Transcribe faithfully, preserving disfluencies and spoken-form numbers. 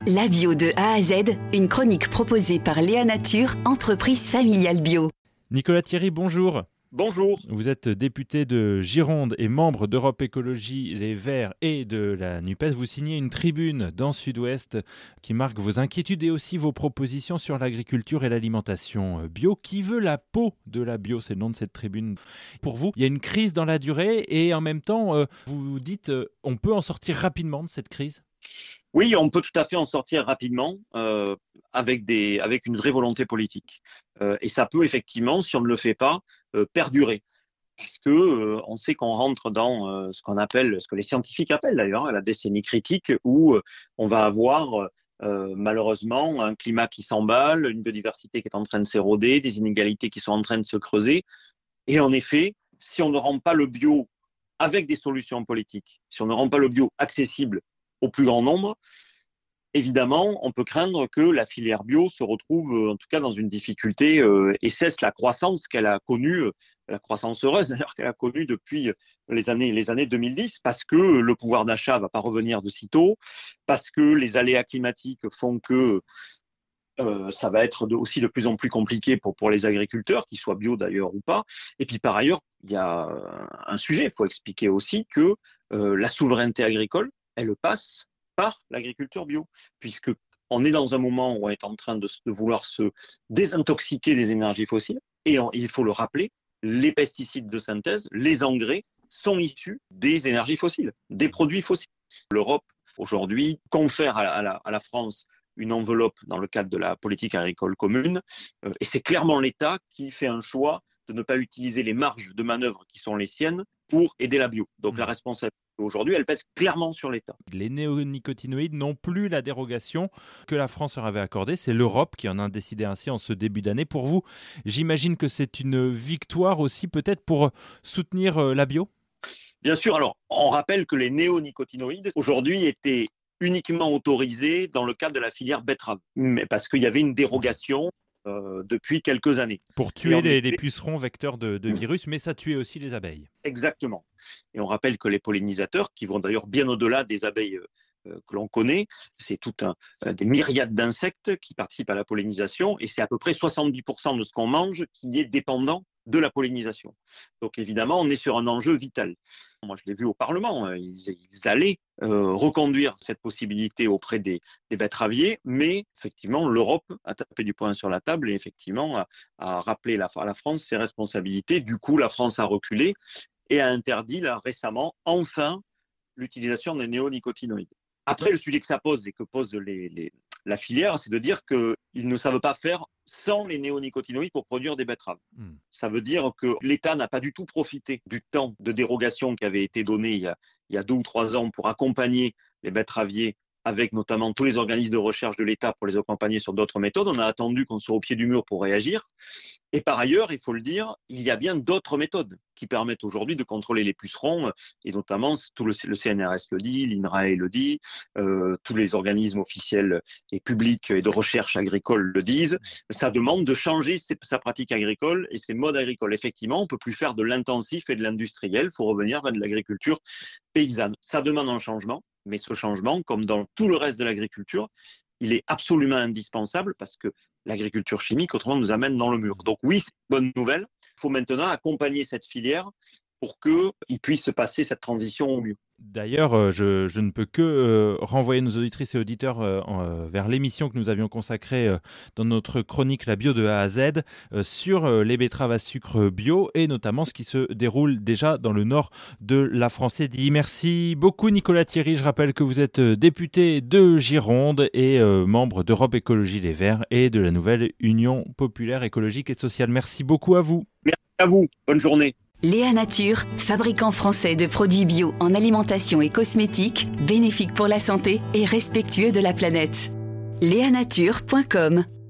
La bio de A à Z, une chronique proposée par Léa Nature, entreprise familiale bio. Nicolas Thierry, bonjour. Bonjour. Vous êtes député de Gironde et membre d'Europe Écologie Les Verts et de la NUPES. Vous signez une tribune dans Sud-Ouest qui marque vos inquiétudes et aussi vos propositions sur l'agriculture et l'alimentation bio. Qui veut la peau de la bio? C'est le nom de cette tribune. Pour vous, il y a une crise dans la durée et en même temps, euh, vous dites euh, on peut en sortir rapidement de cette crise? Oui, on peut tout à fait en sortir rapidement euh, avec, des, avec une vraie volonté politique. Euh, et ça peut effectivement, si on ne le fait pas, euh, perdurer. Parce que euh, on sait qu'on rentre dans euh, ce qu'on appelle, ce que les scientifiques appellent d'ailleurs, hein, la décennie critique, où euh, on va avoir euh, malheureusement un climat qui s'emballe, une biodiversité qui est en train de s'éroder, des inégalités qui sont en train de se creuser. Et en effet, si on ne rend pas le bio avec des solutions politiques, si on ne rend pas le bio accessible au plus grand nombre, évidemment, on peut craindre que la filière bio se retrouve en tout cas dans une difficulté euh, et cesse la croissance qu'elle a connue, euh, la croissance heureuse d'ailleurs qu'elle a connue depuis les années, les années deux mille dix, parce que le pouvoir d'achat va pas revenir de sitôt, parce que les aléas climatiques font que euh, ça va être de, aussi de plus en plus compliqué pour, pour les agriculteurs, qu'ils soient bio d'ailleurs ou pas. Et puis par ailleurs, il y a un sujet, il faut expliquer aussi que euh, la souveraineté agricole, elle passe par l'agriculture bio, puisque on est dans un moment où on est en train de, de vouloir se désintoxiquer des énergies fossiles, et on, il faut le rappeler, les pesticides de synthèse, les engrais sont issus des énergies fossiles, des produits fossiles. L'Europe, aujourd'hui, confère à, à, la, à la France une enveloppe dans le cadre de la politique agricole commune, euh, et c'est clairement l'État qui fait un choix de ne pas utiliser les marges de manœuvre qui sont les siennes pour aider la bio. Donc mmh. la responsabilité aujourd'hui, elle pèse clairement sur l'État. Les néonicotinoïdes n'ont plus la dérogation que la France leur avait accordée. C'est l'Europe qui en a décidé ainsi en ce début d'année. Pour vous, j'imagine que c'est une victoire aussi peut-être pour soutenir la bio? Bien sûr. Alors, on rappelle que les néonicotinoïdes aujourd'hui étaient uniquement autorisés dans le cadre de la filière betterave, mais parce qu'il y avait une dérogation Euh, depuis quelques années. Pour tuer les, les pucerons vecteurs de, de virus, mais ça tuait aussi les abeilles. Exactement. Et on rappelle que les pollinisateurs, qui vont d'ailleurs bien au-delà des abeilles euh, que l'on connaît, c'est tout un, euh, des myriades d'insectes qui participent à la pollinisation, et c'est à peu près soixante-dix pour cent de ce qu'on mange qui est dépendant de la pollinisation. Donc évidemment, on est sur un enjeu vital. Moi, je l'ai vu au Parlement, ils, ils allaient euh, reconduire cette possibilité auprès des, des betteraviers, mais effectivement, l'Europe a tapé du poing sur la table et effectivement a, a rappelé la, à la France ses responsabilités. Du coup, la France a reculé et a interdit là, récemment, enfin, l'utilisation des néonicotinoïdes. Après, le sujet que ça pose et que pose les, les, la filière, c'est de dire qu'ils ne savent pas faire sans les néonicotinoïdes pour produire des betteraves. Mmh. Ça veut dire que l'État n'a pas du tout profité du temps de dérogation qui avait été donné il y a, il y a deux ou trois ans pour accompagner les betteraviers avec notamment tous les organismes de recherche de l'État pour les accompagner sur d'autres méthodes. On a attendu qu'on soit au pied du mur pour réagir. Et par ailleurs, il faut le dire, il y a bien d'autres méthodes qui permettent aujourd'hui de contrôler les pucerons, et notamment tout le, le C N R S le dit, l'INRAE le dit, euh, tous les organismes officiels et publics et de recherche agricole le disent. Ça demande de changer ses, sa pratique agricole et ses modes agricoles. Effectivement, on ne peut plus faire de l'intensif et de l'industriel, il faut revenir vers de l'agriculture paysanne. Ça demande un changement. Mais ce changement, comme dans tout le reste de l'agriculture, il est absolument indispensable parce que l'agriculture chimique, autrement, nous amène dans le mur. Donc oui, c'est une bonne nouvelle. Il faut maintenant accompagner cette filière pour qu'il puisse se passer cette transition au mieux. D'ailleurs, je, je ne peux que euh, renvoyer nos auditrices et auditeurs euh, euh, vers l'émission que nous avions consacrée euh, dans notre chronique La bio de A à Z euh, sur euh, les betteraves à sucre bio et notamment ce qui se déroule déjà dans le nord de la France. Et dit merci beaucoup Nicolas Thierry. Je rappelle que vous êtes député de Gironde et euh, membre d'Europe Écologie Les Verts et de la nouvelle Union populaire écologique et sociale. Merci beaucoup à vous. Merci à vous. Bonne journée. Léa Nature, fabricant français de produits bio en alimentation et cosmétiques, bénéfiques pour la santé et respectueux de la planète. léa nature point com